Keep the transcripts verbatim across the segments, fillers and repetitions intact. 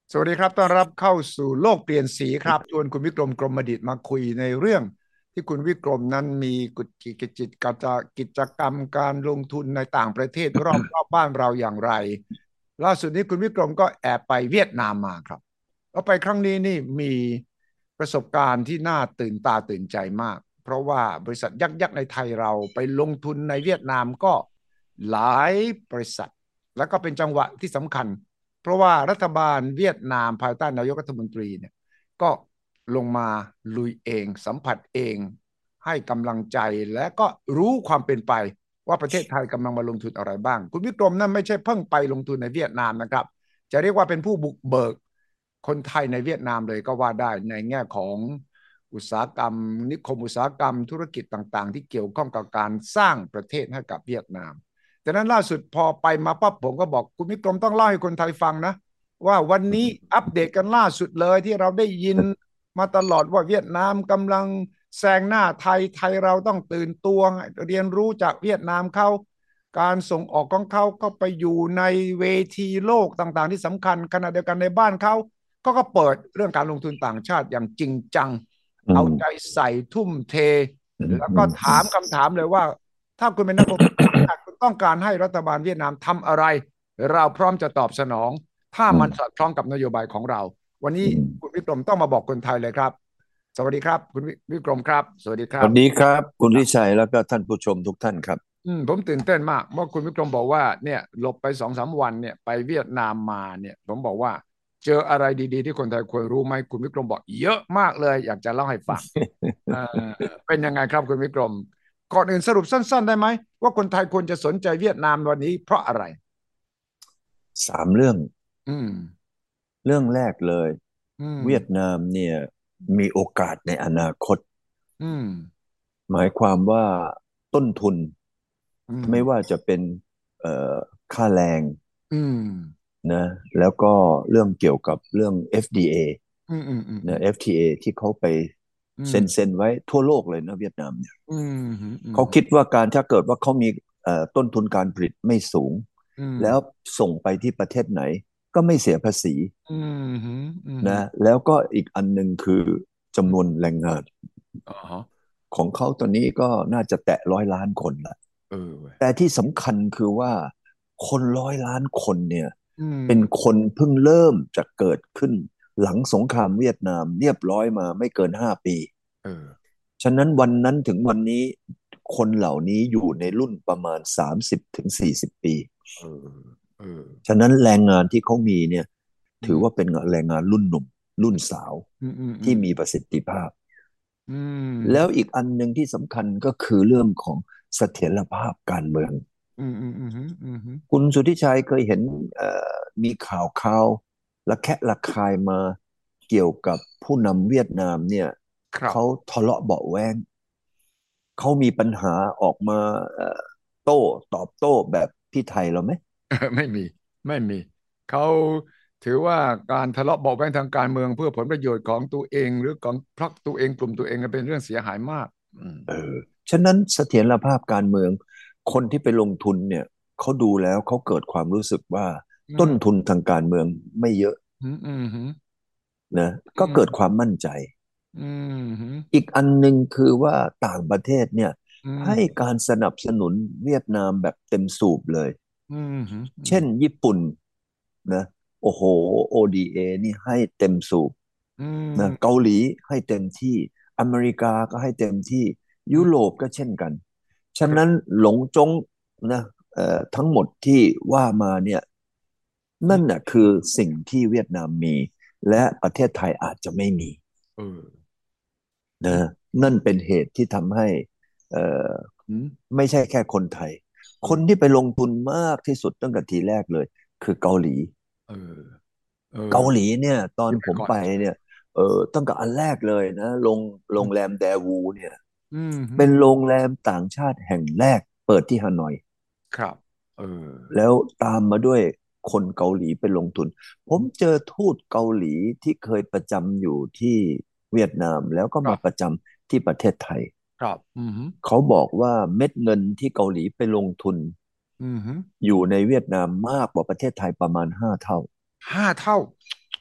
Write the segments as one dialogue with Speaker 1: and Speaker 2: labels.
Speaker 1: สวัสดีครับต้อนรับเข้าสู่โลกเปลี่ยนสีครับชวนคุณวิกรมกรมดิษฐ์มาคุยในเรื่องที่คุณวิกรมนั้นมีกุจกิจกิจกิจกรรมการลงทุนในต่างประเทศรอบรอบบ้านเราอย่างไรล่าสุดนี้คุณวิกรมก็แอบไปเวียดนามมาครับแล้วไปครั้งนี้นี่มีประสบการณ์ที่น่าตื่นตาตื่นใจมากเพราะว่าบริษัทยักษ์ยักษ์ในไทยเราไปลงทุนในเวียดนามก็หลายบริษัทแล้วก็เป็นจังหวะที่สำคัญ เพราะว่ารัฐบาลเวียดนามภายใต้นายกรัฐมนตรีเนี่ยก็ลงมาลุยเองสัมผัสเองให้กำลังใจและก็รู้ความเป็นไปว่าประเทศไทยกำลังมาลงทุนอะไรบ้างคุณวิกรมนั่นไม่ใช่เพิ่งไปลงทุนในเวียดนามนะครับจะเรียกว่าเป็นผู้บุกเบิกคนไทยในเวียดนามเลยก็ว่าได้ในแง่ของอุตสาหกรรมนิคมอุตสาหกรรมธุรกิจต่างๆที่เกี่ยวข้องกับการสร้างประเทศให้กับเวียดนาม จากนั้นล่าสุดพอไปมาปั๊บผมก็บอกคุณมิกรมต้องเล่าให้คนไทยฟังนะว่าวันนี้อัปเดตกันล่าสุดเลยที่เราได้ยินมาตลอดว่าเวียดนามกำลังแซงหน้าไทยไทยเราต้องตื่นตัวเรียนรู้จากเวียดนามเขาการส่งออกของเขาก็ไปอยู่ในเวทีโลกต่างๆที่สำคัญขณะเดียวกันในบ้านเขาก็ก็เปิดเรื่องการลงทุนต่างชาติอย่างจริงจังเอาใจ
Speaker 2: อืม
Speaker 1: ใส่ทุ่มเท
Speaker 2: อืม
Speaker 1: แล้ว
Speaker 2: อืม
Speaker 1: ก็ถามคำถามเลยว่าถ้าคุณเป็นนักลงทุน คุณต้องการให้รัฐบาลเวียดนามทำอะไรเราพร้อมจะตอบสนองถ้า
Speaker 2: อืม
Speaker 1: มันสอดคล้องกับนโยบายของเราวันนี้
Speaker 2: อืม
Speaker 1: คุณวิกรมต้องมาบอกคนไทยเลยครับสวัสดีครับคุณวิกรมครับสวัสดีค
Speaker 2: สวัสดี
Speaker 1: รับ
Speaker 2: ครับคุณลิชัยแล้วก็ท่านผู้ชมทุกท่านครับ
Speaker 1: อืมผมตื่นเต้นมากเมื่อคุณวิกรมบอกว่าเนี่ยหลบไปสองสามวันเนี่ยไปเวียดนามมาเนี่ยผมบอกว่าเจออะไรดีๆที่คนไทยควรรู้ไหมคุณวิกรมบอกเยอะมากเลยอยากจะเล่าให้ฟังเออเป็นยังไงครับคุณวิกรมก่อนอื่นสรุปสั้นๆได้ไหมว่าคนไทยควรจะสนใจเวียดนามวันนี้เพราะอะไร
Speaker 2: สามเรื่อง
Speaker 1: อืม
Speaker 2: เรื่องแรกเลย
Speaker 1: อืม
Speaker 2: เวียดนามเนี่ยมีโอกาสในอนาคต
Speaker 1: อืม
Speaker 2: หมายความว่าต้นทุน
Speaker 1: อืม
Speaker 2: ไม่ว่าจะเป็นเอ่อค่าแรง
Speaker 1: อืม
Speaker 2: นะแล้วก็เรื่องเกี่ยวกับเรื่อง เอฟ ดี เอ
Speaker 1: อืมอืมอืมอื
Speaker 2: นะ
Speaker 1: ม
Speaker 2: เอฟ ที เอ ที่เขาไป
Speaker 1: อืม
Speaker 2: เซ็นเซ็นไว้ทั่วโลกเลยนะเวียดนามเนี่ย
Speaker 1: อืมอืมอืม
Speaker 2: เขาคิดว่าการถ้าเกิดว่าเขามีเอ่อต้นทุนการผลิตไม่สูง
Speaker 1: อืม
Speaker 2: แล้วส่งไปที่ประเทศไหนก็ไม่เสียภาษี
Speaker 1: อืมอืมอืม
Speaker 2: นะแล้วก็อีกอันหนึ่งคือจำนวนแรงงาน
Speaker 1: อ๋อฮะ
Speaker 2: ของเขาตอนนี้ก็น่าจะแตะร้อยล้านคนละ
Speaker 1: เออเว้ย
Speaker 2: แต่ที่สำคัญคือว่าคนร้อยล้านคนเนี่ย
Speaker 1: อืม
Speaker 2: เป็นคนเพิ่งเริ่มจะเกิดขึ้นหลังสงครามเวียดนามเรียบร้อยมาไม่เกินห้าปี
Speaker 1: เออ
Speaker 2: ฉะนั้นวันนั้นถึงวันนี้คนเหล่านี้อยู่ในรุ่นประมาณสามสิบถึงสี่สิบปี
Speaker 1: เออเออ
Speaker 2: ฉะนั้นแรงงานที่เขามีเนี่ย
Speaker 1: อืม
Speaker 2: ถือว่าเป็นแรงงานรุ่นหนุ่มรุ่นสาว
Speaker 1: อืมอืมอื
Speaker 2: ที่
Speaker 1: ม
Speaker 2: มีประสิทธิภาพ
Speaker 1: อื
Speaker 2: แล้ว
Speaker 1: ม
Speaker 2: อีกอันหนึ่งที่สำคัญก็คือเรื่องของเสถียรภาพการเมือง
Speaker 1: อืมอืมอืมอืมอืมอืม
Speaker 2: คุณสุทธิชัยเคยเห็นเอ่อมีข่าวข่าวระแคะระคายมาเกี่ยวกับผู้นำเวียดนามเนี่ย
Speaker 1: ครับ
Speaker 2: เขาทะเลาะเบาะแว้ง เขามีปัญหาออกมาเอ่อโต้ตอบโต้แบบที่ไทยเราไหม
Speaker 1: ไม่มีไม่มีเขาถือว่าการทะเลาะเบาะแว้งทางการเมืองเพื่อผลประโยชน์ของตัวเองหรือของพรรคตัวเองกลุ่มตัวเองเป็นเรื่องเสียหายมากอืม
Speaker 2: เออฉะนั้นเสถียรภาพการเมืองคนที่ไปลงทุนเนี่ยเขาดูแล้วเขาเกิดความรู้สึกว่า
Speaker 1: อืม
Speaker 2: ต้นทุนทางการเมืองไม่เยอะ
Speaker 1: อืมอืมอืม
Speaker 2: นะ
Speaker 1: อื
Speaker 2: ก็เกิด
Speaker 1: ม
Speaker 2: ความมั่นใจ
Speaker 1: อืม
Speaker 2: อีกอันหนึ่งคือว่าต่างประเทศเนี่ย
Speaker 1: อืม
Speaker 2: ให้การสนับสนุนเวียดนามแบบเต็มสูบเลย
Speaker 1: อืมฮึอืม
Speaker 2: เช่นญี่ปุ่นนะโอ้โห โอ ดี เอ นี่ให้เต็มสูบ
Speaker 1: อื
Speaker 2: นะ
Speaker 1: ม
Speaker 2: เกาหลีให้เต็มที่อเมริกาก็ให้เต็มที่
Speaker 1: อืม
Speaker 2: ยุโรปก็เช่นกันฉะนั้น
Speaker 1: ครับ
Speaker 2: หลงจงนะเอ่อทั้งหมดที่ว่ามาเนี่ยนั่น
Speaker 1: อืม
Speaker 2: น่ะคือสิ่งที่เวียดนามมีและประเทศไทยอาจจะไม่มี
Speaker 1: เอออื
Speaker 2: นะ
Speaker 1: ม
Speaker 2: นั่นเป็นเหตุที่ทำให้เอ่อ
Speaker 1: อืม
Speaker 2: ไม่ใช่แค่คนไทย
Speaker 1: เออ
Speaker 2: คนที่ไปลงทุนมากที่สุดตั้งแต่ทีแรกเลยคือเกาหลี
Speaker 1: เออเออ
Speaker 2: เกาหลีเนี่ยตอน
Speaker 1: ที่ไป
Speaker 2: ผมไป
Speaker 1: ก่อนใช่ไหม
Speaker 2: เนี่ยเออตั้งแต่อันแรกเลยนะโรงโร
Speaker 1: อืม
Speaker 2: งแรมแดวูเนี่ย
Speaker 1: อืมฮึ
Speaker 2: เป็นโรงแรมต่างชาติแห่งแรกเปิดที่ฮานอย
Speaker 1: ครับเออ
Speaker 2: แล้วตามมาด้วยคนเกาหลีไปลงทุนผมเจอทูตเกาหลีที่เคยประจำอยู่ที่เวียดนามแล้วก็
Speaker 1: ครับ
Speaker 2: มาประจำที่ประเทศไทย
Speaker 1: ครับอืมฮึ
Speaker 2: เขาบอกว่าเม็ดเงินที่เกาหลีไปลงทุน
Speaker 1: อืมฮึ
Speaker 2: อยู่ในเวียดนามมากกว่าประเทศไทยประมาณห้าเท่า
Speaker 1: ห้าเท่า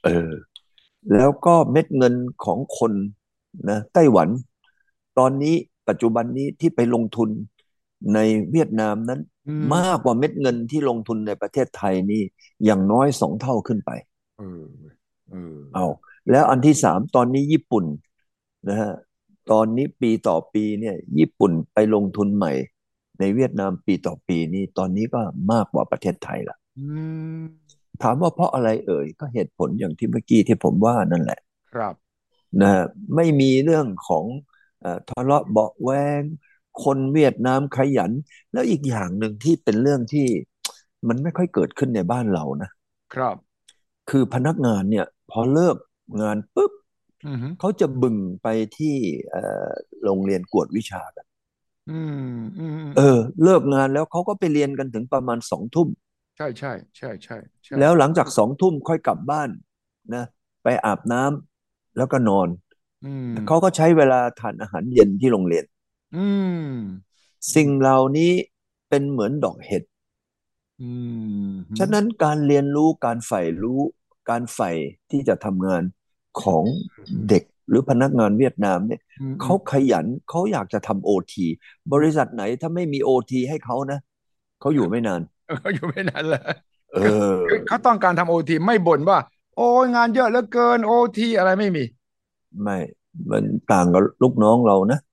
Speaker 2: เออแล้วก็เม็ดเงินของคนนะไต้หวันตอนนี้ปัจจุบันนี้ที่ไปลงทุนในเวียดนามนั้น
Speaker 1: อื
Speaker 2: มาก
Speaker 1: ม
Speaker 2: กว่าเม็ดเงินที่ลงทุนในประเทศไทยนี่อย่างน้อยสองเท่าขึ้นไป
Speaker 1: เออเออ
Speaker 2: เอาแล้วอันที่สามตอนนี้ญี่ปุ่นนะฮะตอนนี้ปีต่อปีเนี่ยญี่ปุ่นไปลงทุนใหม่ในเวียดนามปีต่อปีนี่ตอนนี้ก็มากกว่าประเทศไทยละ
Speaker 1: อืม
Speaker 2: ถามว่าเพราะอะไรเอ่ยก็เหตุผลอย่างที่เมื่อกี้ที่ผมว่านั่นแหละ
Speaker 1: ครับ
Speaker 2: นะฮะไม่มีเรื่องของเอ่อทะเลาะเบาะแว้งคนเวียดนามขยันแล้วอีกอย่างหนึ่งที่เป็นเรื่องที่มันไม่ค่อยเกิดขึ้นในบ้านเรานะ
Speaker 1: ครับ
Speaker 2: คือพนักงานเนี่ยพอเลิกงานปุ๊บ
Speaker 1: อืม
Speaker 2: เขาจะบึ่งไปที่เอ่อโรงเรียนกวดวิชากัน
Speaker 1: อืมอืม
Speaker 2: เอ
Speaker 1: อืม
Speaker 2: อเลิกงานแล้วเขาก็ไปเรียนกันถึงประมาณสองทุ่ม
Speaker 1: ใช่ใช่ใช่ใช่ใช่
Speaker 2: แล้วหลังจากสองทุ่มค่อยกลับบ้านนะไปอาบน้ำแล้วก็นอน
Speaker 1: อืม
Speaker 2: เขาก็ใช้เวลาทานอาหารเย็นที่โรงเรียน
Speaker 1: อืม
Speaker 2: สิ่งเหล่านี้เป็นเหมือนดอกเห็ด
Speaker 1: อืมอืม
Speaker 2: ฉะนั้นการเรียนรู้การใฝ่รู้การใฝ่ที่จะทำงานของ
Speaker 1: อืม
Speaker 2: เด็กหรือพนักงานเวียดนามเนี่ย
Speaker 1: อืมอืม
Speaker 2: เขาขยันเขาอยากจะทำโอทีบ
Speaker 1: อืม
Speaker 2: ริษัทไหนถ้าไม่มีโอทีให้เขานะเขาอยู่ไม่นาน
Speaker 1: เขาอยู่ไม่นานเลย
Speaker 2: เอ
Speaker 1: คือคือ
Speaker 2: อ
Speaker 1: เขาต้องการทำโอทีไม่บ่นว่าโอ้ยงานเยอะเหลือเกินโอทีอะไรไม่มี
Speaker 2: ไม่มันต่างกับลูกน้องเรานะ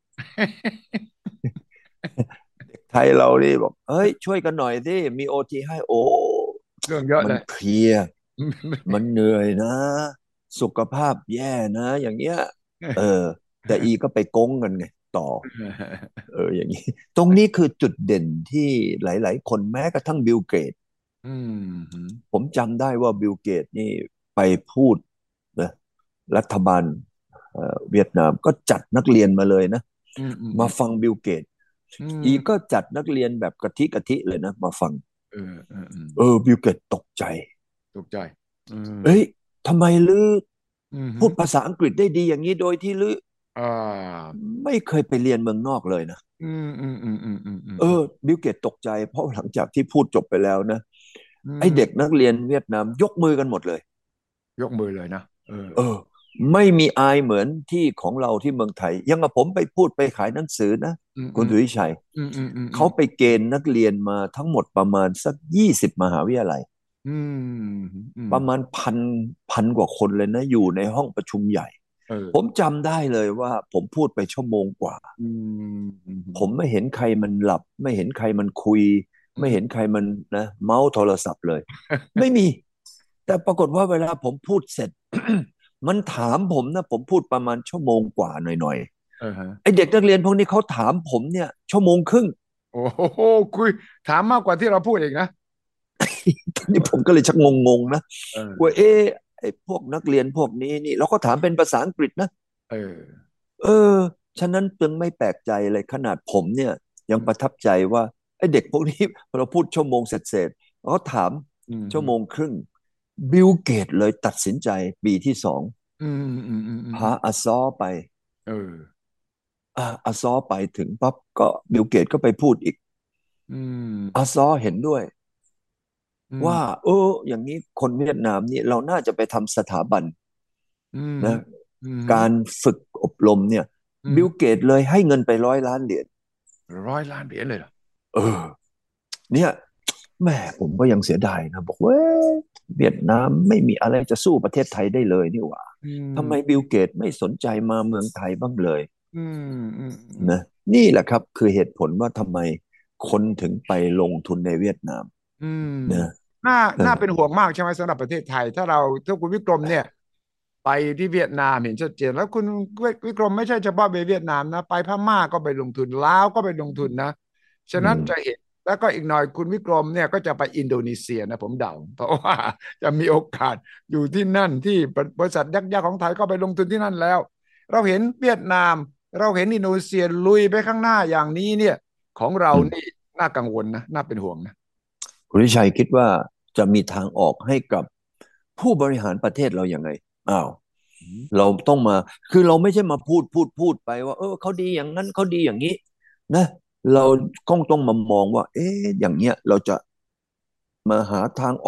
Speaker 2: ไทยเรานี่บอกเฮ้ยช่วยกันหน่อยสิมีโอทีให้โอ้
Speaker 1: เรื่องเยอะเลย
Speaker 2: มันเพลียมันเหนื่อยนะสุขภาพแย่นะอย่างเงี้ยเออแต่อีก็ไปโก๊งกันไงต่อ เอออย่างนี้ตรงนี้คือจุดเด่นที่หลายๆคนแม้กระทั่งบิลเกต
Speaker 1: อืม
Speaker 2: ผมจำได้ว่าบิลเกตนี่ไปพูดนะรัฐบาลเอ่อเวียดนามก็จัดนักเรียนมาเลยนะ
Speaker 1: อืมอืมอืม
Speaker 2: มาฟังบิลเกต
Speaker 1: อื
Speaker 2: อีก็
Speaker 1: ม
Speaker 2: จัดนักเรียนแบบกะทิกะทิเลยนะมาฟัง
Speaker 1: เออเอออืม
Speaker 2: เออบิลเกตตกใจ
Speaker 1: ตกใจอืม
Speaker 2: เอ้ยทำไมลือ
Speaker 1: อืม
Speaker 2: พูดภาษาอังกฤษได้ดีอย่างนี้โดยที่ลือ
Speaker 1: อ่า
Speaker 2: ไม่เคยไปเรียนเมืองนอกเลยนะ
Speaker 1: อืมอืมอืมอืมอืมอืม
Speaker 2: เออบิลเกตตกใจเพราะหลังจากที่พูดจบไปแล้วนะ
Speaker 1: อื
Speaker 2: ไอเด็ก
Speaker 1: ม
Speaker 2: นักเรียนเวียดนามยกมือกันหมดเลย
Speaker 1: ยกมือเลยนะเออ
Speaker 2: เออไม่มีอายเหมือนที่ของเราที่เมืองไทยยังกับผมไปพูดไปขายหนังสือนะ
Speaker 1: อืมอืม
Speaker 2: คุณสุวิชัย
Speaker 1: อืมอืมอืมอืม
Speaker 2: เขาไปเกณฑ์นักเรียนมาทั้งหมดประมาณสักยี่สิบมหาวิทยาลัย
Speaker 1: อืมอืม
Speaker 2: ประมาณพันพันกว่าคนเลยนะอยู่ในห้องประชุมใหญ่
Speaker 1: เออ
Speaker 2: ผมจำได้เลยว่าผมพูดไปชั่วโมงกว่า
Speaker 1: อืมอืม
Speaker 2: ผมไม่เห็นใครมันหลับไม่เห็นใครมันคุย
Speaker 1: อืม
Speaker 2: ไม่เห็นใครมันนะเมาส์โทรศัพท์เลยไม่มีแต่ปรากฏว่าเวลาผมพูดเสร็จมันถามผมนะผมพูดประมาณชั่วโมงกว่าหน่อย
Speaker 1: เออฮะ
Speaker 2: ๆไอเด็กนักเรียนพวกนี้เขาถามผมเนี่ยชั่วโมงครึ่ง
Speaker 1: โอ้โหคุยถามมากกว่าที่เราพูดอีกนะ
Speaker 2: ตอนนี้ผมก็เลยชักงงๆนะ
Speaker 1: เออ
Speaker 2: ว่าเอ๊ะไอพวกนักเรียนพวกนี้นี่เราก็ถามเป็นภาษาอังกฤษนะ
Speaker 1: เออ
Speaker 2: เออฉะนั้นจึงไม่แปลกใจเลยขนาดผมเนี่ยยังประทับใจว่าไอ้เด็กพวกนี้พอเราพูดชั่วโมงเสร็จๆเขาถาม
Speaker 1: อืม
Speaker 2: ชั่วโมงครึ่งบิลเกตเลยตัดสินใจปีที่สอง
Speaker 1: อืมอืมอืมอืมอื
Speaker 2: พา
Speaker 1: ม
Speaker 2: อาซอไป
Speaker 1: เออ
Speaker 2: อ่าอาซอไปถึงปั๊บก็บิลเกตก็ไปพูดอีก
Speaker 1: อืม
Speaker 2: อาซอเห็นด้วย
Speaker 1: อืม
Speaker 2: ว่าเอออย่างนี้คนเวียดนามนี่เราน่าจะไปทำสถาบัน
Speaker 1: อืม
Speaker 2: นะ
Speaker 1: อืม
Speaker 2: การฝึกอบรมเนี่ย
Speaker 1: อืม
Speaker 2: บิลเกตเลยให้เงินไปร้อยล้านเหรียญ
Speaker 1: ร้อยล้านเหรียญเลยเหรอ
Speaker 2: เออ เนี่ยแม่ผมก็ยังเสียดายนะบอกว่าเวียดนามไม่มีอะไรจะสู้ประเทศไทยได้เลยนี่หว่า
Speaker 1: อื
Speaker 2: ทำไม
Speaker 1: ม
Speaker 2: บิลเกตไม่สนใจมาเมืองไทยบ้างเลย
Speaker 1: อืมอืมอืม
Speaker 2: นะนี่แหละครับคือเหตุผลว่าทำไมคนถึงไปลงทุนในเวียดนาม
Speaker 1: อืม
Speaker 2: นะ
Speaker 1: น่า
Speaker 2: เออ
Speaker 1: น่าเป็นห่วงมากใช่ไหมสำหรับประเทศไทยถ้าเราถ้าคุณวิกรมเนี่ยไปที่เวียดนามเห็นชัดเจนแล้วคุณวิกรมไม่ใช่เฉพาะไปเวียดนามนะไปพม่าก็ไปลงทุนลาวก็ไปลงทุนนะฉะ
Speaker 2: อืม
Speaker 1: นั้นจะเห็นแล้วก็อีกหน่อยคุณวิกรมเนี่ยก็จะไปอินโดนีเซียนะผมเดาเพราะว่าจะมีโอกาสอยู่ที่นั่นที่บริษัทยักษ์ๆของไทยก็ไปลงทุนที่นั่นแล้วเราเห็นเวียดนามเราเห็นอินโดนีเซียลุยไปข้างหน้าอย่างนี้เนี่ยของเรา
Speaker 2: อืม
Speaker 1: นี่น่ากังวลนะน่าเป็นห่วงนะ
Speaker 2: คุณวิชัยคิดว่าจะมีทางออกให้กับผู้บริหารประเทศเราอย่างไงอ้าว
Speaker 1: อืม
Speaker 2: เราต้องมาคือเราไม่ใช่มาพูดพูดพูดไปว่าเออเขาดีอย่างนั้นเขาดีอย่างนี้นะเราก็ต้องมามองว่าเอ๊ะอย่างเงี้ยเราจะมาหาทางออก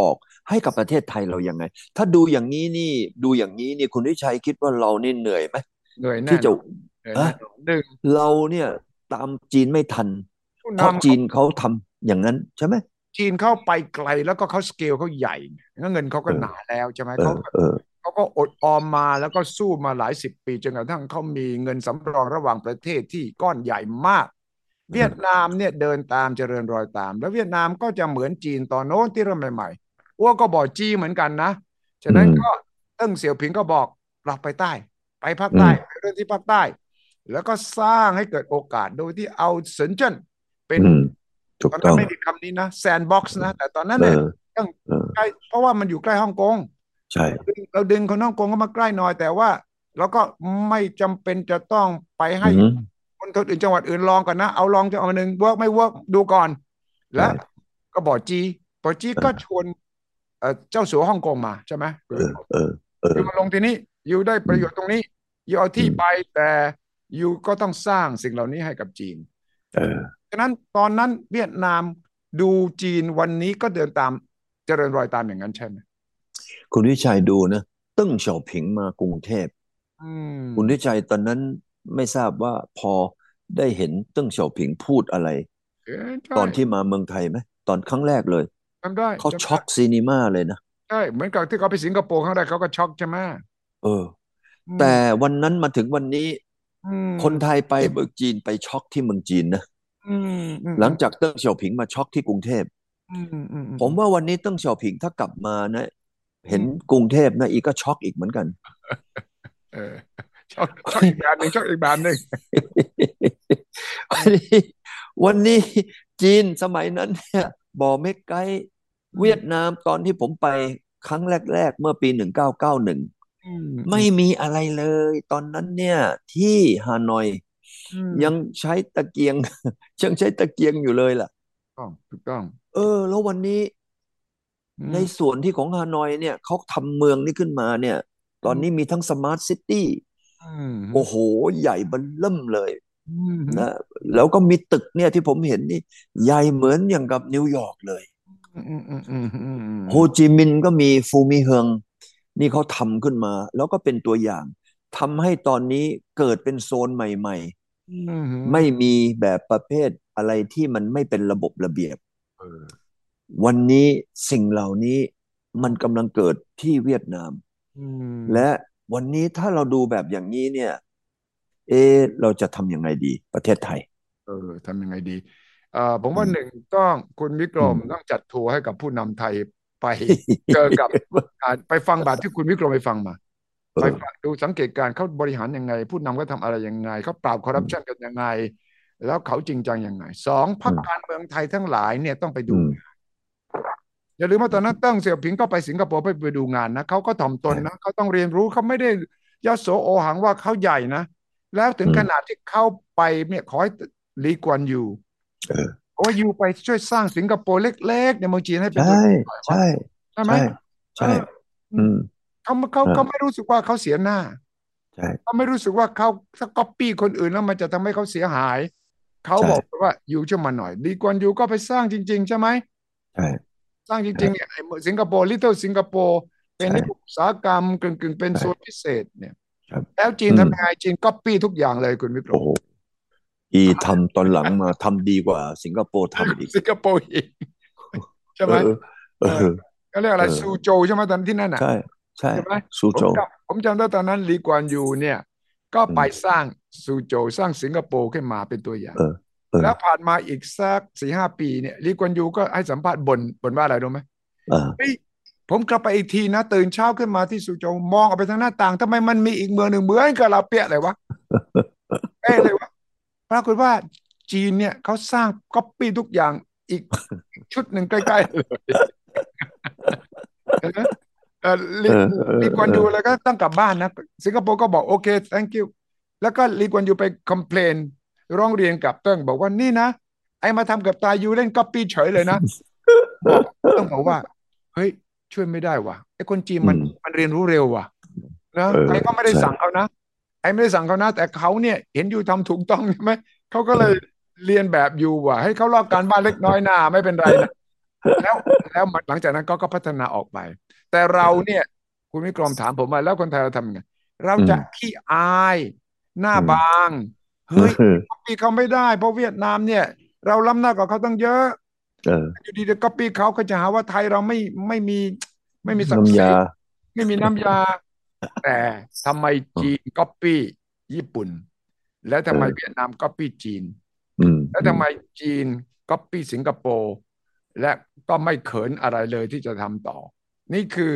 Speaker 2: ให้กับประเทศไทยเรายังไงถ้าดูอย่างนี้นี่ดูอย่างนี้นี่คุณวิชัยคิดว่าเรานี่เหนื่อยไหม
Speaker 1: เหนื่อยแน่
Speaker 2: ที่จะ
Speaker 1: นอนเหนื่อย
Speaker 2: อะ
Speaker 1: แน่นอนหนึ่ง
Speaker 2: เราเนี่ยตามจีนไม่ทัน
Speaker 1: ผู้
Speaker 2: เพราะ
Speaker 1: นำเขา
Speaker 2: จีนเขาทำอย่างนั้นใช่ไหม
Speaker 1: จีนเข้าไปไกลแล้วก็เขาสเกลเขาใหญ่แล้วเงินเขา
Speaker 2: เออ
Speaker 1: ก็หนาแล้วใช่ไหม
Speaker 2: เออ
Speaker 1: เขา
Speaker 2: เออ
Speaker 1: เขาก็อดออมมาแล้วก็สู้มาหลายสิบปีจนกระทั่งเขามีเงินสำรองระหว่างประเทศที่ก้อนใหญ่มากเวียด
Speaker 2: เออ
Speaker 1: นามเนี่ยเดินตามเจริญรอยตามแล้วเวียดนามก็จะเหมือนจีนตอนโน้นที่เริ่มใหม่ๆอ้วก็บอกจีเหมือนกันนะฉะ
Speaker 2: อืม
Speaker 1: นั้นก็เติ้งเสี่ยวผิงก็บอกกลับไปใต้ไปภาคใต้
Speaker 2: อืม
Speaker 1: ไปเรื่องที่ภาคใต้แล้วก็สร้างให้เกิดโอกาสโดยที่เอาเซินเจิ้นเป็น
Speaker 2: อืมถู
Speaker 1: ตอนนั้น
Speaker 2: กต้อง
Speaker 1: ไม่มีคำนี้นะแซนด์บ็อกซ์นะแต่ตอนนั้น
Speaker 2: เอ
Speaker 1: เนี่ย
Speaker 2: อ
Speaker 1: ต้อง
Speaker 2: เออ
Speaker 1: ใกล้เพราะว่ามันอยู่ใกล้ฮ่องกง
Speaker 2: ใช่
Speaker 1: เราดึงเราดึงคนฮ่องกงเข้ามาใกล้หน่อยแต่ว่าเราก็ไม่จำเป็นจะต้องไปให้
Speaker 2: อืม
Speaker 1: คนอื่นจังหวัดอื่นลองก่อนนะเอาลองจังหวัดหนึ่งเวิร์กไม่เวิร์กดูก่อนและ
Speaker 2: ใช่
Speaker 1: ก็บอกจีบอกจีก็ช
Speaker 2: เออ
Speaker 1: วนเอ่อเจ้าสัวฮ่องกงมาใช่ไหม
Speaker 2: เออเออเออ
Speaker 1: อยู่มาลงที่นี้อยู่ได้ประโยชน์ต
Speaker 2: อืม
Speaker 1: รงนี้อยู่เอาที่ไป
Speaker 2: อืม
Speaker 1: แต่อยู่ก็ต้องสร้างสิ่งเหล่านี้ให้กับจีน
Speaker 2: เออ
Speaker 1: ฉะนั้นตอนนั้นเวียดนามดูจีนวันนี้ก็เดินตามเจริญรอยตามอย่างนั้นใช่ไหม
Speaker 2: คุณวิชัยดูนะเติ้งเฉาผิงมากรุงเทพ
Speaker 1: อื
Speaker 2: คุณวิ
Speaker 1: ม
Speaker 2: ชัยตอนนั้นไม่ทราบว่าพอได้เห็นเติ้งเฉาผิงพูดอะไร
Speaker 1: เอ๊ะใช่
Speaker 2: ตอนที่มาเมืองไทยไหมตอนครั้งแรกเลย
Speaker 1: จำได้
Speaker 2: เขา
Speaker 1: จำได้
Speaker 2: ช็อกซีนีมาเลยนะ
Speaker 1: ใช่เหมือนกับที่เขาไปสิงคโปร์ครั้งแรกเขาก็ช็อกใช่ไหม
Speaker 2: เออ
Speaker 1: อื
Speaker 2: แต่
Speaker 1: ม
Speaker 2: วันนั้นมาถึงวันนี้
Speaker 1: อื
Speaker 2: คนไท
Speaker 1: ม
Speaker 2: ยไปเมืองจีนไปช็อกที่เมืองจีนนะ
Speaker 1: อืมอืม
Speaker 2: หลั
Speaker 1: อืม
Speaker 2: งจากเติ้งเฉาผิงมาช็อกที่กรุงเทพ
Speaker 1: อืมอืมอืม
Speaker 2: ผม
Speaker 1: อืม
Speaker 2: ว่าวันนี้เติ้งเฉาผิงถ้ากลับมานะเห็น
Speaker 1: อืม
Speaker 2: กรุงเทพนะอีกก็ช็อกอีกเหมือนกัน
Speaker 1: เออช็อกช็อกอีกแบบหนึ่งช็อกอีกแบบหนึ่ง
Speaker 2: วันนี้วันนี้จีนสมัยนั้นเนี่ยบอเมกไก
Speaker 1: อืม
Speaker 2: เวียดนามตอนที่ผมไปครั้งแรกๆเมื่อปีหนึ่งเก้าเก้าหนึ่ง
Speaker 1: อืมอื
Speaker 2: ไม่
Speaker 1: ม
Speaker 2: มีอะไรเลยตอนนั้นเนี่ยที่ฮานอย
Speaker 1: อืม
Speaker 2: ยังใช้ตะเกียงยังใช้ตะเกียงอยู่เลยล่ะ
Speaker 1: ต้องถูกต้อง
Speaker 2: เออแล้ววันนี้ใน
Speaker 1: อืม
Speaker 2: ส่วนที่ของฮานอยเนี่ยเขาทำเมืองนี้ขึ้นมาเนี่ยตอนนี้
Speaker 1: อืม
Speaker 2: มีทั้งสมาร์ทซิตี้
Speaker 1: อืม
Speaker 2: โอ้โหใหญ่เบ้อเริ่มเลย
Speaker 1: อืมอืม
Speaker 2: นะแล้วก็มีตึกเนี่ยที่ผมเห็นนี่ใหญ่เหมือนอย่างกับนิวยอร์กเลย
Speaker 1: อืมอืมอืมอืมอื
Speaker 2: โฮ
Speaker 1: ม
Speaker 2: จิมินห์ก็มีฟูมิเฮงนี่เขาทำขึ้นมาแล้วก็เป็นตัวอย่างทำให้ตอนนี้เกิดเป็นโซนใหม่
Speaker 1: อืมอื
Speaker 2: ๆ
Speaker 1: ม
Speaker 2: ไม่มีแบบประเภทอะไรที่มันไม่เป็นระบบระเบียบ
Speaker 1: เออ
Speaker 2: วันนี้สิ่งเหล่านี้มันกำลังเกิดที่เวียดนาม
Speaker 1: อื
Speaker 2: และ
Speaker 1: ม
Speaker 2: วันนี้ถ้าเราดูแบบอย่างนี้เนี่ยเอะเราจะทำยังไงดีประเทศไทย
Speaker 1: เออทำยังไงดีเอ่อผม
Speaker 2: อืม
Speaker 1: ว่าหนึ่งต้องคุณวิกร
Speaker 2: อืม
Speaker 1: มต้องจัดทัวร์ให้กับผู้นำไทยไปเจอกับ อ่าไปฟังแบบที่คุณวิกรมไปฟังมา
Speaker 2: เออ
Speaker 1: ไปฟังดูสังเกตการณ์เขาบริหารยังไงผู้นำเขาทำอะไรยังไงเขาปราบคอร์รั
Speaker 2: อืม
Speaker 1: ปชันกันยังไงแล้วเขาจริงจังยังไงสองพรรคการ
Speaker 2: อืม
Speaker 1: เมืองไทยทั้งหลายเนี่ยต้องไปดู
Speaker 2: อืม
Speaker 1: อย่าลืมว่าตอนนั้นเติ้งเสี่ยวผิงก็ไปสิงคโปร์ไปไปดูงานนะเขาก็ถ่อมตนนะ
Speaker 2: ใช่
Speaker 1: เขาต้องเรียนรู้เขาไม่ได้ยโสโอหังว่าเขาใหญ่นะแล้วถึง
Speaker 2: อืม
Speaker 1: ขนาดที่เข้าไปเนี่ยขอให้ลีกวนยู
Speaker 2: เออ
Speaker 1: โอ้ยอยู่ไปช่วยสร้างสิงคโปร์เล็กๆในเมืองจีนให้เป็น
Speaker 2: ใช่
Speaker 1: ตัวอย่างหน่อยวะ
Speaker 2: ใช่
Speaker 1: ใช่ไหม
Speaker 2: ใช่
Speaker 1: เออ
Speaker 2: ใช่
Speaker 1: อืม
Speaker 2: อืม
Speaker 1: เขาเขา
Speaker 2: เออ
Speaker 1: เขาไม่รู้สึกว่าเขาเสียหน้า
Speaker 2: ใช่
Speaker 1: เขาไม่รู้สึกว่าเขาถ้าก๊อปปี้คนอื่นแล้วมันจะทำให้เขาเสียหายเขา
Speaker 2: ใช่
Speaker 1: บอกว่าอยู่ช่วยมาหน่อยดีกว่าอยู่ก็ไปสร้างจริงๆใช่ไหม
Speaker 2: ใช่
Speaker 1: สร้างจริงๆ
Speaker 2: ใช่
Speaker 1: เนี่ยไอ้สิงคโปร์ลิตเติ้ลสิงคโปร์เป็น
Speaker 2: ใช่
Speaker 1: นิคมอุตสาหกรรมกึ่งๆเป็นโซน
Speaker 2: ใช่
Speaker 1: พิเศษเนี่ย
Speaker 2: ครับ
Speaker 1: แล้วจีน
Speaker 2: อืม
Speaker 1: ทำยังไงจีนก๊อปปี้ทุกอย่างเลยคุณวิกรม
Speaker 2: โอ้โหอีทำตอนหลังมาทำดีกว่าสิงคโปร์ทำอีก
Speaker 1: สิงคโปร์อีกใช่ไหม
Speaker 2: เออเออ
Speaker 1: เออเขาเรียกอะไร
Speaker 2: เออ
Speaker 1: ซูโจวใช่ไหมตอนที่นั่นอ่ะ
Speaker 2: ใช่ใช่
Speaker 1: ใช่ไหม
Speaker 2: ซูโจ
Speaker 1: ผมจำผมจำได้ตอนนั้นลีกวานยูเนี่ยก็ไป
Speaker 2: อืม
Speaker 1: สร้างซูโจวสร้างสิงคโปร์ขึ้นมาเป็นตัวอย่าง
Speaker 2: เออเออ
Speaker 1: แล้วผ่านมาอีกสักสี่ห้าปีเนี่ยลีกวานยูก็ให้สัมภาษณ์บ่นบ่นว่าอะไรรู้ไหม
Speaker 2: อ่า
Speaker 1: เฮ้ยผมกลับไปอีกทีนะตื่นเช้าขึ้นมาที่ซูโจวมองออกไปทางหน้าต่างทำไมมันมีอีกเมืองหนึ่งเหมือนกับเราเปี้ยเลยวะเป๊ะเลยวะปรากฏว่าจีนเนี่ยเขาสร้างก๊อปปี้ทุกอย่างอีกชุดหนึ่งใกล้ๆเลย เห็นไหมเออลี
Speaker 2: เออเออ
Speaker 1: ลีกวน
Speaker 2: เออ
Speaker 1: ยูแล้วก็ต้องกลับบ้านนะสิงคโปร์ก็บอกโอเค thank you แล้วก็ลีกวนยูไปคอมเพลนร้องเรียนกับเติ้งบอกว่านี่นะไอ้มาทำกับตายูเล่นก๊อปปี้เฉยเลยนะบอกเติ้งบอกว่าเฮ้ยช่วยไม่ได้ว่ะไอ้คนจีนมัน
Speaker 2: อืม
Speaker 1: มันเรียนรู้เร็วว่ะนะ
Speaker 2: เออ
Speaker 1: ไอ้ก็ไม่ได้
Speaker 2: ใช่
Speaker 1: สั่งเขานะไอ้ไม่ได้สั่งเขานะแต่เขาเนี่ยเห็นยูทำถูกต้องใช่ไหมเขาก็เลย
Speaker 2: เออ
Speaker 1: เรียนแบบยูว่ะให้เขาลอกการบ้านเล็กน้อยหน้าไม่เป็นไรนะแล้วแล้วหลังจากนั้นก็ก็พัฒนาออกไปแต่เราเนี่ยคุณวิกรมถามผมว่าแล้วคนไทยเราทำยังไงเรา
Speaker 2: อืม
Speaker 1: จะขี้อายหน้า
Speaker 2: อืม
Speaker 1: บางเฮ้ยก๊อปปี้เขาไม่ได้เพราะเวียดนามเนี่ยเราล้ำหน้ากว่าเขาตั้งเยอะ
Speaker 2: เออ
Speaker 1: อยู่ดีๆก๊อปปี้เขาก็จะหาว่าไทยเราไม่ไม่มีไม่มีศักดิ์ศรี
Speaker 2: น้ำยา
Speaker 1: ไม่มีน้ำยาแต่ทำไมจีนก๊อปปี้ญี่ปุ่นแล้วทำไมเวี
Speaker 2: เออ
Speaker 1: ยดนามก๊อปปี้จีน
Speaker 2: อืมอืม
Speaker 1: แล้วทำไมจีนก๊อปปี้สิงคโปร์ และก็ไม่เขินอะไรเลยที่จะทำต่อ นี่คือ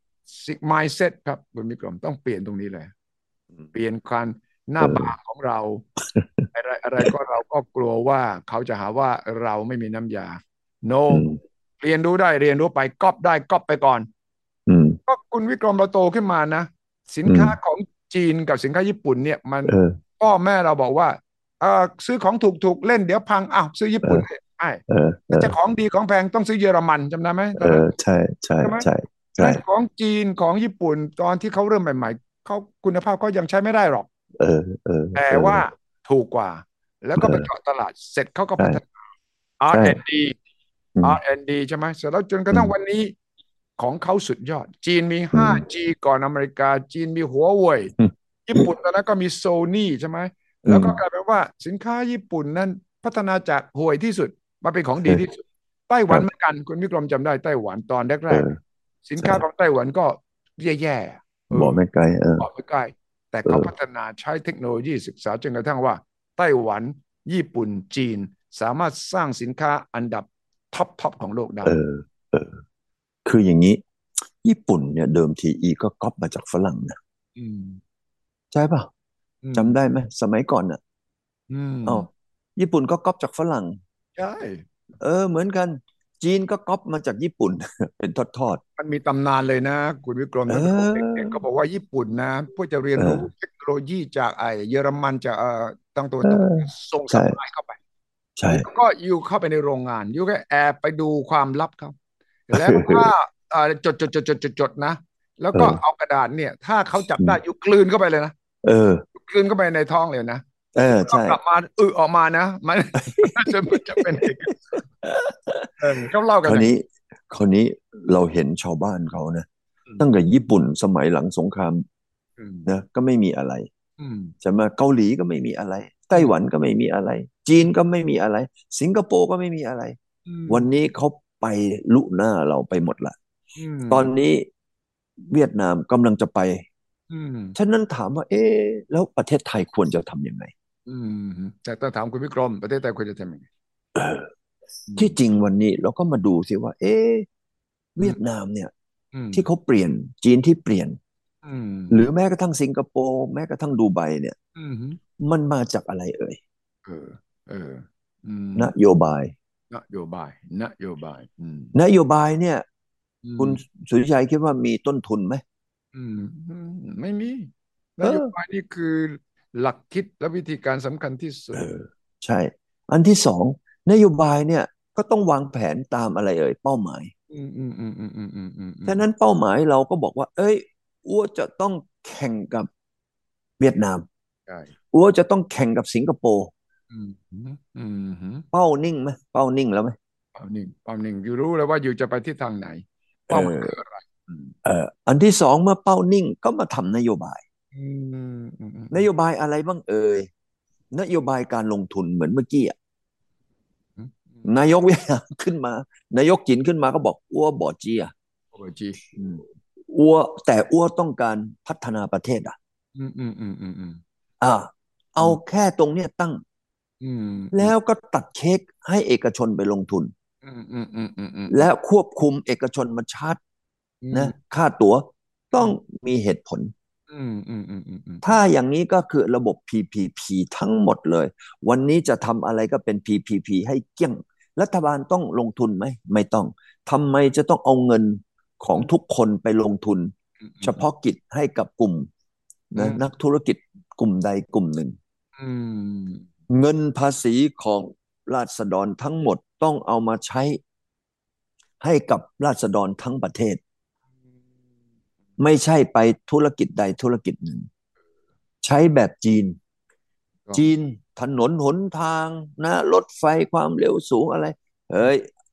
Speaker 1: mindset ครับคุณมิกรมต้องเปลี่ยนตรงนี้เลย เปลี่ยนความหน้าบา
Speaker 2: เออ
Speaker 1: งของเราอะไรอะไรก็เราก็กลัวว่าเขาจะหาว่าเราไม่มีน้ำยา no
Speaker 2: อืม
Speaker 1: เรียนรู้ได้เรียนรู้ไปก๊อปได้ก๊อปไปก่อน
Speaker 2: อืม
Speaker 1: ก็คุณวิกรมเราโตขึ้นมานะสิน
Speaker 2: อืม
Speaker 1: ค้าของจีนกับสินค้าญี่ปุ่นเนี่ยมัน
Speaker 2: เออ
Speaker 1: พ่อแม่เราบอกว่าเออซื้อของถูกๆเล่นเดี๋ยวพังอ้าวซื้อญี่
Speaker 2: เออ
Speaker 1: ปุ่นเลยไอ้
Speaker 2: เออเออ
Speaker 1: ถ้าจะของดีของแพงต้องซื้อเยอรมันจำได้ไหมต
Speaker 2: เออ
Speaker 1: อนนั้น
Speaker 2: ใช่ใช่
Speaker 1: ใช่ไหม
Speaker 2: ใช่
Speaker 1: ฉะ
Speaker 2: ใช่
Speaker 1: นั้นของจีนของญี่ปุ่นตอนที่เขาเริ่มใหม่ๆเขาคุณภาพเขายังใช้ไม่ได้หรอก
Speaker 2: เออเออ
Speaker 1: แต่
Speaker 2: เออ
Speaker 1: ว่าถูกกว่าแล้วก็ไปเจาะ
Speaker 2: เออ
Speaker 1: ตลาดเสร็จเขาก็พัฒนา
Speaker 2: ใช่
Speaker 1: อาร์ แอนด์
Speaker 2: ใช่
Speaker 1: ดี
Speaker 2: อืม
Speaker 1: อาร์ แอนด์ ดี ใช่ไหมเสร็จแล้วจนกระ
Speaker 2: อืม
Speaker 1: ทั่งวันนี้ของเขาสุดยอดจีนมี
Speaker 2: อืม
Speaker 1: ห้าจี ก่อนอเมริกาจีนมีหัวเว่ย
Speaker 2: อืม
Speaker 1: ญี่ปุ่นตอนนั้นก็มีโซนี่ใช่ไหม
Speaker 2: อืม
Speaker 1: แล้วก็กลายเป็นว่าสินค้าญี่ปุ่นนั้นพัฒนาจากห่วยที่สุดมาเป็นของ
Speaker 2: เออ
Speaker 1: ดีที่สุดไต้ห
Speaker 2: ครับ
Speaker 1: วันเหมือนกันคุณวิกรมจำได้ไต้หวันตอนแร
Speaker 2: เออ
Speaker 1: กๆสิน
Speaker 2: ใช่
Speaker 1: ค้าของไต้หวันก็แย่ๆเออ
Speaker 2: บอกไม่ไกลเออ
Speaker 1: ออกไปใกล้แต่
Speaker 2: เออ
Speaker 1: เขาพัฒนาใช้เทคโนโลยีศึกษาจนกระทั่งว่าไต้หวันญี่ปุ่นจีนสามารถสร้างสินค้าอันดับท็อปท็อปของโลกได้
Speaker 2: เออเออคืออย่างนี้ญี่ปุ่นเนี่ยเดิมทีอีก็ก๊อปมาจากฝรั่งนะ
Speaker 1: อืม
Speaker 2: ใช่ป่ะ
Speaker 1: อืม
Speaker 2: จำได้ไหมสมัยก่อนน่ะ
Speaker 1: อืม
Speaker 2: อ๋อญี่ปุ่นก็ก๊อปจากฝรั่ง
Speaker 1: ใช่
Speaker 2: เออเหมือนกันจีนก็ก๊อปมาจากญี่ปุ่นเป็นทอด
Speaker 1: มันมีตำนานเลยนะคุณวิกรม
Speaker 2: ๆเ
Speaker 1: ตั้งแต่ผมเด็กๆ
Speaker 2: ออ
Speaker 1: ก็บอกว่าญี่ปุ่นนะเพื่อจะเรียนรู้
Speaker 2: เออ
Speaker 1: เทคโนโลยีจากไอ้เยอรมันจากเอ่อตั้งตัว
Speaker 2: เออ
Speaker 1: ตกส่งสั
Speaker 2: ใช่
Speaker 1: ปลายเข้าไป
Speaker 2: ใช่
Speaker 1: แล้วก็อยู่เข้าไปในโรงงานอยู่ก็แอบไปดูความลับเขาแล้วถ้าเอ่อจดจดจดจดจดจดนะแล้ว
Speaker 2: เอ
Speaker 1: ก็เอา
Speaker 2: อ
Speaker 1: กระดาษเนี่ยถ้าเขาจับ
Speaker 2: อืม
Speaker 1: ได้อยู่กลืนเข้าไปเลยนะ
Speaker 2: เออ
Speaker 1: กลืนเข้าไปในท้องเลยนะ
Speaker 2: เออ
Speaker 1: แล้วก็
Speaker 2: ใช่
Speaker 1: กลับมาอึออกมานะมันน่าจะมันจะเป็นเอกเออเขาเล่ากันอย่าง
Speaker 2: คราวนี้คราวนี้เราเห็นชาวบ้านเขานะ
Speaker 1: อืม
Speaker 2: ตั้งแต่ญี่ปุ่นสมัยหลังสงคราม
Speaker 1: อืม
Speaker 2: นะก็ไม่มีอะไร
Speaker 1: อืม
Speaker 2: ใช่ไหมเกาหลีก็ไม่มีอะไร
Speaker 1: อื
Speaker 2: ไต้
Speaker 1: ม
Speaker 2: หวันก็ไม่มีอะไรจีนก็ไม่มีอะไรสิงคโปร์ก็ไม่มีอะไร
Speaker 1: อื
Speaker 2: วัน
Speaker 1: ม
Speaker 2: นี้เขาไปลุหน้าเราไปหมดละ
Speaker 1: อืม
Speaker 2: ตอนนี้เวียดนามกำลังจะไป
Speaker 1: อืม
Speaker 2: ฉะนั้นถามว่าเอ๊ะแล้วประเทศไทยควรจะทำยังไง
Speaker 1: อืมแต่ต้องถามคุณวิกรมประเทศไทยควรจะทำยังไงอืม
Speaker 2: ที่จริงวันนี้เราก็มาดูสิว่าเอ๊ะเวียด
Speaker 1: อืม
Speaker 2: นามเนี่ย
Speaker 1: อืม
Speaker 2: ที่เขาเปลี่ยนจีนที่เปลี่ยน
Speaker 1: อืม
Speaker 2: หรือแม้กระทั่งสิงคโปร์แม้กระทั่งดูไบเนี่ย
Speaker 1: อืม
Speaker 2: มันมาจากอะไรเอ่ย
Speaker 1: เออเอออืม
Speaker 2: นโยบาย
Speaker 1: นโยบายนโยบายอืม
Speaker 2: นโยบายเนี่ย
Speaker 1: อืม
Speaker 2: คุณสุริชัยคิดว่ามีต้นทุนไหม
Speaker 1: อืมอืมไม่มีน
Speaker 2: เออ
Speaker 1: โยบายนี่คือหลักคิดและวิธีการสำคัญที่สุด
Speaker 2: เออใช่อันที่สองนโยบายเนี่ยก็ต้องวางแผนตามอะไรเอ่ยเป้าหมาย
Speaker 1: อืมอืมอืมอืมอืมอืมอืมอืม
Speaker 2: ฉะนั้นเป้าหมายเราก็บอกว่าเอ้ยอัวจะต้องแข่งกับเวียดนาม
Speaker 1: ใช่
Speaker 2: อัวจะต้องแข่งกับสิงคโปร์
Speaker 1: อืมอืมอืม
Speaker 2: เป้านิ่งไหมเป้านิ่งแล้วไหม
Speaker 1: เป้าหนึ่งเป้าหนึ่งอยู่รู้เลยว่าอยู่จะไปทิศทางไหน
Speaker 2: เอ
Speaker 1: เป้าหมายคือ
Speaker 2: อ
Speaker 1: อะไรอืม
Speaker 2: เอออันที่สองเมื่อเป้านิ่งก็มาทำนโยบาย
Speaker 1: อืมอืมอืม
Speaker 2: นโยบายอะไรบ้างเอ่ยนโยบายการลงทุนเหมือนเมื่อกี้อะ
Speaker 1: อืมอืม
Speaker 2: นายกเวียดนามขึ้นมานายกจินขึ้นมาก็บอกอ้วบอจีอ่ะ
Speaker 1: โอจีอืม
Speaker 2: อ้วแต่อ้วต้องการพัฒนาประเทศอ่ะ
Speaker 1: อืมอืมอืมอืมอืม
Speaker 2: อ่า
Speaker 1: อื
Speaker 2: เอา
Speaker 1: ม
Speaker 2: แค่ตรงเนี้ยตั้ง
Speaker 1: อืมอืม
Speaker 2: แล้วก็ตัดเค้กให้เอกชนไปลงทุน
Speaker 1: อืมอืมอืมอืมอืมอืม
Speaker 2: และควบคุมเอกชนมาชาร์จ
Speaker 1: อื
Speaker 2: นะ
Speaker 1: ม
Speaker 2: ค่าตั๋วต้องมีเหตุผล
Speaker 1: อืมอืมอืมอืมอืมอื
Speaker 2: ถ้า
Speaker 1: ม
Speaker 2: อย่างนี้ก็คือระบบ พี พี พี ทั้งหมดเลยวันนี้จะทำอะไรก็เป็น พี พี พี ให้เกลี้ยงรัฐบาลต้องลงทุนไหมไม่ต้องทำไมจะต้องเอาเงินของทุกคนไปลงทุน
Speaker 1: อืมอื
Speaker 2: เฉพาะกิจให้กับกลุ่มนะนัก
Speaker 1: ม
Speaker 2: ธุรกิจกลุ่มใดกลุ่มหนึ่ง
Speaker 1: อืม
Speaker 2: เงินภาษีของราษฎรทั้งหมดต้องเอามาใช้ให้กับราษฎรทั้งประเทศไม่ใช่ไปธุรกิจใดธุรกิจหนึ่งใช้แบบจีน
Speaker 1: ก็
Speaker 2: จีนถนนหนทางนะรถไฟความเร็วสูงอะไรเฮ้ย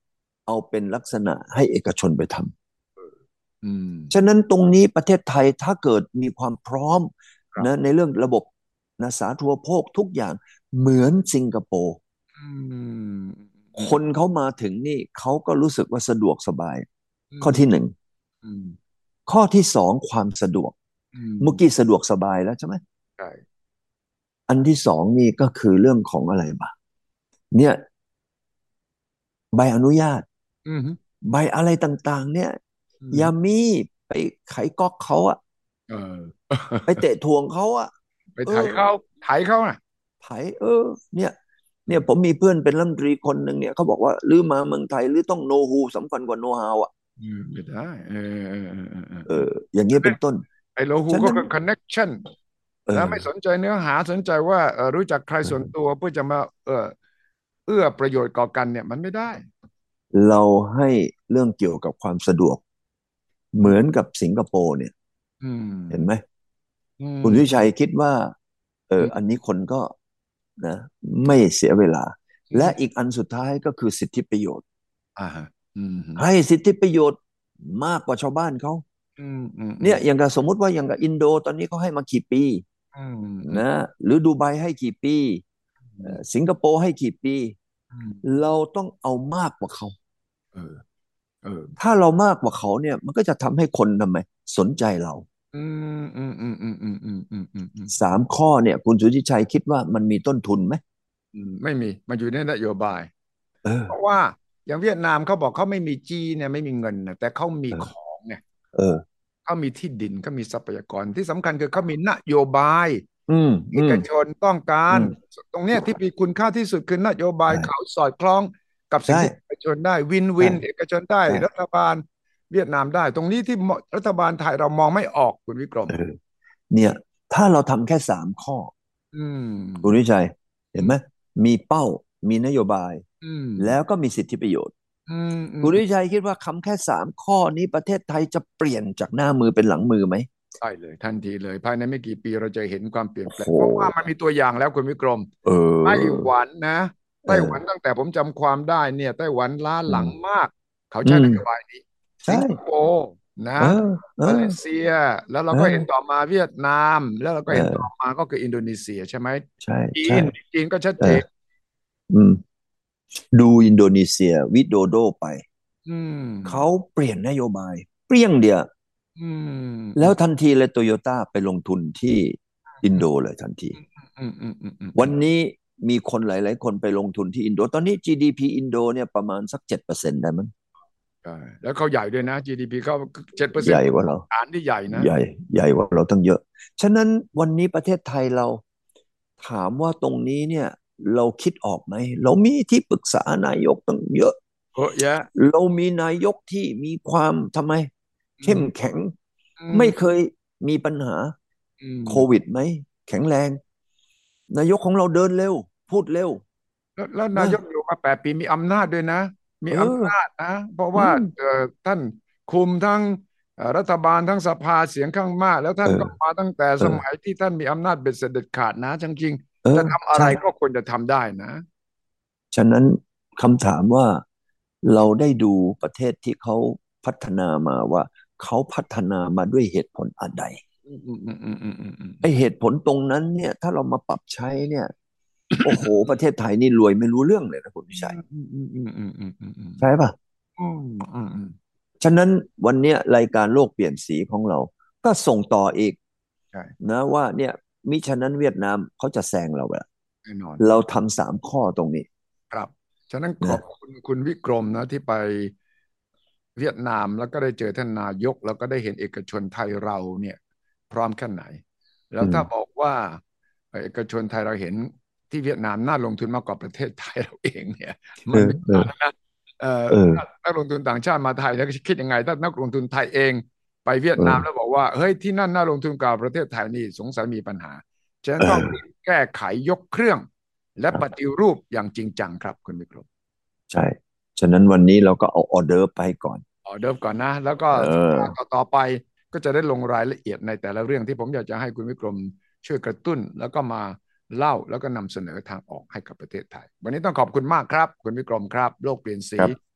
Speaker 2: เอาเป็นลักษณะให้เอกชนไปท
Speaker 1: อืม
Speaker 2: ำฉะนั้นตรงนี้ประเทศไทยถ้าเกิดมีความพร้อม
Speaker 1: ครับ
Speaker 2: นะในเรื่องระบบนะสาธารณูปโภคทุกอย่างเหมือนสิงคโปร์
Speaker 1: อืมอืม
Speaker 2: คนเขามาถึงนี่เขาก็รู้สึกว่าสะดวกสบาย
Speaker 1: อืม
Speaker 2: ข้อที่หนึ่ง
Speaker 1: อืม
Speaker 2: ข้อที่สองความสะดวก
Speaker 1: อืม
Speaker 2: เมื่อกี้สะดวกสบายแล้วใช่ไหม
Speaker 1: ใช่
Speaker 2: อันที่สองนี่ก็คือเรื่องของอะไรบ้างเนี่ยใบอนุญาต
Speaker 1: อืม
Speaker 2: ใบอะไรต่างๆเนี่ย
Speaker 1: อืม
Speaker 2: อย่ามีไปไขก๊อกเขาอะ
Speaker 1: เออ
Speaker 2: ไปเตะทวงเขาอะ
Speaker 1: ไป
Speaker 2: เออ
Speaker 1: ถ่ายเขาถ่ายเขาน่ะ
Speaker 2: ไถเออเนี่ยเนี่ยผมมีเพื่อนเป็นรัฐมนตรีคนหนึ่งเนี่ยเขาบอกว่าหรือมาเมืองไทยหรือต้องโนฮูสำคัญกว่าโนฮาวอ่ะ
Speaker 1: อืมไม่ได้เออเออเออเออเออ
Speaker 2: เอออย่างเงี้ยเป็นต้น
Speaker 1: ไอ้โลหู
Speaker 2: ฉะนั้น
Speaker 1: ก็คือ connection
Speaker 2: เออ
Speaker 1: แล้วไม่สนใจเนื้อหาสนใจว่าเออรู้จักใครส่วน
Speaker 2: เออ
Speaker 1: ตัวเพื่อจะมาเออเอื้อประโยชน์ก่อกันเนี่ยมันไม่ได้
Speaker 2: เราให้เรื่องเกี่ยวกับความสะดวกเห
Speaker 1: อืม
Speaker 2: มือนกับสิงคโปร์เนี่ย
Speaker 1: อื
Speaker 2: เห็นไหม
Speaker 1: มอื
Speaker 2: คุณวิ
Speaker 1: ม
Speaker 2: ชัยคิดว่าเอ
Speaker 1: อืม
Speaker 2: ออันนี้คนก็นะไม่เสียเวลา
Speaker 1: อืม
Speaker 2: และอีกอันสุดท้ายก็คือสิทธิประโยชน์
Speaker 1: อ่าฮะอืม
Speaker 2: ให้สิทธิประโยชน์มากกว่าชาวบ้านเขา
Speaker 1: อืมอืมอืม
Speaker 2: เนี่ยอย่างกับสมมุติว่าอย่างกับอินโดตอนนี้เขาให้มากี่ปี
Speaker 1: อืมอืม
Speaker 2: นะหรือดูไบให้กี่ปี
Speaker 1: อืม
Speaker 2: เอ่อสิงคโปร์ให้กี่ปี
Speaker 1: อืม
Speaker 2: เราต้องเอามากกว่าเขา
Speaker 1: เออเออ
Speaker 2: ถ้าเรามากกว่าเขาเนี่ยมันก็จะทำให้คนทำไมสนใจเรา
Speaker 1: อืมอืมอืมอืมอืมอืมอืมอืมอืม
Speaker 2: สามข้อเนี่ยคุณสุทธิชัยคิดว่ามันมีต้นทุนไหม
Speaker 1: อืมไม่มีมันอยู่ในนโยบาย
Speaker 2: เออ
Speaker 1: เพราะว่าอย่างเวียดนามเขาบอกเขาไม่มีจีเนี่ยไม่มีเงินนะแต่เขามี
Speaker 2: เออ
Speaker 1: ของเนี่ย
Speaker 2: เออ
Speaker 1: เขามีที่ดินเขามีทรัพยากรที่สำคัญคือเขามีนโยบาย
Speaker 2: อืม
Speaker 1: เอก
Speaker 2: อืม
Speaker 1: ชนต้องการ
Speaker 2: อืม
Speaker 1: ตรงเนี้ยที่มีคุณค่าที่สุดคือนโยบายเขา
Speaker 2: ใช่
Speaker 1: สอดคล้องกับสิ่ง
Speaker 2: ใช่
Speaker 1: ที่เอกชนได้วินวิ
Speaker 2: ใช่
Speaker 1: นเอกชนได้
Speaker 2: ใช่
Speaker 1: รัฐบาลเวียดนามได้ตรงนี้ที่รัฐบาลไทยเรามองไม่ออกคุณวิกรม
Speaker 2: เออเนี่ยถ้าเราทำแค่สามข้อ
Speaker 1: อืม
Speaker 2: คุณวิชัยเห็นไหม
Speaker 1: อืม
Speaker 2: มีเป้ามีนโยบาย
Speaker 1: อืม
Speaker 2: แล้วก็มีสิทธิประโยชน์
Speaker 1: อืมอืม
Speaker 2: คุณวิชัยคิดว่าคำแค่สามข้อนี้ประเทศไทยจะเปลี่ยนจากหน้ามือเป็นหลังมือไหม
Speaker 1: ได้เลยทันทีเลยภายในไม่กี่ปีเราจะเห็นความเปลี่ยน
Speaker 2: โอ้โห
Speaker 1: แปลงเพราะว่ามันมีตัวอย่างแล้วคุณวิกรม
Speaker 2: เอ
Speaker 1: ไต้
Speaker 2: อ
Speaker 1: หวันนะ
Speaker 2: เอ
Speaker 1: ไต้หวัน
Speaker 2: อ
Speaker 1: ตั้งแต่ผมจำความได้เนี่ยไต้หวันล้าหลัง
Speaker 2: อืม
Speaker 1: มากเขา
Speaker 2: อืม
Speaker 1: ใช้นโยบายนี้
Speaker 2: ใช่
Speaker 1: สิงคโปร์นะ
Speaker 2: เออเออ
Speaker 1: มาเลเซียแล้วเรา
Speaker 2: เอ
Speaker 1: ก็เห็นต่อ
Speaker 2: อ
Speaker 1: มาเวียดนามแล้วเราก็เห็นต่อ
Speaker 2: เออ
Speaker 1: มาก็คืออินโดนีเซียใช่ไหม
Speaker 2: ใช่
Speaker 1: จี
Speaker 2: ใช่
Speaker 1: นจีนก็ชัด
Speaker 2: เออ
Speaker 1: เจน
Speaker 2: อืมดูอินโดนีเซียวิโดโดไป
Speaker 1: อืม
Speaker 2: เขาเปลี่ยนนโยบายเปรี้ยงเดียว
Speaker 1: อืมอืม
Speaker 2: แล้วทันทีเลยโตโยต้าไปลงทุนที่อินโดเลยทันที
Speaker 1: อืมอืมอืมอืมอืม
Speaker 2: วันนี้มีคนหลายๆคนไปลงทุนที่อินโดตอนนี้ จี ดี พี อินโดเนี่ยประมาณสักเจ็ดเปอร์เซ็นต์ได้มั้ง
Speaker 1: ใช่แล้วเขาใหญ่ด้วยนะ จี ดี พี เขาเจ็ดเปอร์เซ็
Speaker 2: ให
Speaker 1: นต์
Speaker 2: ญ่กว่าเรา
Speaker 1: ฐานที่ใหญ่นะ
Speaker 2: ใหญ่ใหญ่กว่าเราตั้งเยอะฉะนั้นวันนี้ประเทศไทยเราถามว่าตรงนี้เนี่ยเราคิดออกไหมเรามีที่ปรึกษานายกตั้งเยอะ
Speaker 1: เยอะแยะ
Speaker 2: เรามีนายกที่มีความทำไม
Speaker 1: อื
Speaker 2: เข้ม
Speaker 1: ม
Speaker 2: แข็ง
Speaker 1: อืม
Speaker 2: ไม่เคยมีปัญหา
Speaker 1: อืม
Speaker 2: โควิดไหมแข็งแรงนายกของเราเดินเร็วพูดเร็ว
Speaker 1: แล้วแล้วนา
Speaker 2: นะ
Speaker 1: ยกอยู่มาแปดปีมีอำนาจด้วยนะมี
Speaker 2: เออ
Speaker 1: อำนาจนะเพราะว่า
Speaker 2: อืม
Speaker 1: เอ่อท่านคุมทั้งเอ่อรัฐบาลทั้งสภาเสียงข้างมากแล้วท่านก็
Speaker 2: เออ
Speaker 1: มาตั้งแต่
Speaker 2: เออ
Speaker 1: สมัยที่ท่านมีอำนาจเบ็ดเสร็จเด็ดขาดนะจริง
Speaker 2: เออ
Speaker 1: ๆจะทำอะไร
Speaker 2: ใช่
Speaker 1: ก็ควรจะทำได้นะ
Speaker 2: ฉะนั้นคำถามว่าเราได้ดูประเทศที่เขาพัฒนามาว่าเขาพัฒนามาด้วยเหตุผลอะไร
Speaker 1: อืมอืมอืมอืมอืมอืมอืม
Speaker 2: ไอเหตุผลตรงนั้นเนี่ยถ้าเรามาปรับใช้เนี่ยโอ้โหประเทศไทยนี่รวยไม่รู้เรื่องเลยนะคุณ
Speaker 1: อื
Speaker 2: วิชัย
Speaker 1: มอืมอืมอืมอืมอืมอืม
Speaker 2: ใช่ป่ะ
Speaker 1: อืมอืมอืม
Speaker 2: ฉะนั้นวันเนี้ยรายการโลกเปลี่ยนสีของเราก็ส่งต่ออีก
Speaker 1: ใช่
Speaker 2: นะว่าเนี่ยมิฉะนั้นเวียดนามเขาจะแซงเราละ
Speaker 1: แน่นอน
Speaker 2: เราทำสามข้อตรงนี้
Speaker 1: ครับฉะนั้นขอบ
Speaker 2: นะ
Speaker 1: คุณคุณวิกรมนะที่ไปเวียดนามแล้วก็ได้เจอท่านนายกแล้วก็ได้เห็นเอกชนไทยเราเนี่ยพร้อมแค่ไหนแล้ว
Speaker 2: อืม
Speaker 1: ถ้าบอกว่าเอกชนไทยเราเห็นที่เวียดนามน่าลงทุนมากกว่าประเทศไทยเราเองเนี่ย
Speaker 2: เออ
Speaker 1: มันมี
Speaker 2: เออ
Speaker 1: ทางนะเอ่อ
Speaker 2: เออ
Speaker 1: นักลงทุนต่างชาติมาไทยแล้วคิดยังไงถ้านักลงทุนไทยเองไปเวียด
Speaker 2: เออ
Speaker 1: นามแล้วบอกว่าเฮ้ยที่นั่นน่าลงทุนกว่าประเทศไทยนี่สงสัยมีปัญหาฉะนั้น
Speaker 2: เอ
Speaker 1: ต้อง
Speaker 2: อ
Speaker 1: แก้ไขยกเครื่องและป
Speaker 2: ครับ
Speaker 1: ฏิรูปอย่างจริงจังครับคุณวิกรม
Speaker 2: ใช่ ฉะนั้นวันนี้เราก็เอาออเดอร์ไปก่อน
Speaker 1: ออเดิร์ฟก่อนนะแล้วก็
Speaker 2: เ
Speaker 1: สัปดาห์
Speaker 2: ออ
Speaker 1: ต่อๆไปก็จะได้ลงรายละเอียดในแต่ละเรื่องที่ผมอยากจะให้คุณวิกรมช่วยกระตุ้นแล้วก็มาเล่าแล้วก็นำเสนอทางออกให้กับประเทศไทยวันนี้ต้องขอบคุณมากครับคุณวิกรมครับโลกเปลี่ยนสี
Speaker 2: ครับ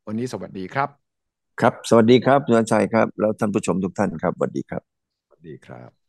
Speaker 1: วันนี้สวัสดีครับ
Speaker 2: ครับสวัสดีครับคุณชัยครับแล้วท่านผู้ชมทุกท่านครับสวัสดีครับ
Speaker 1: สวัสดีครับ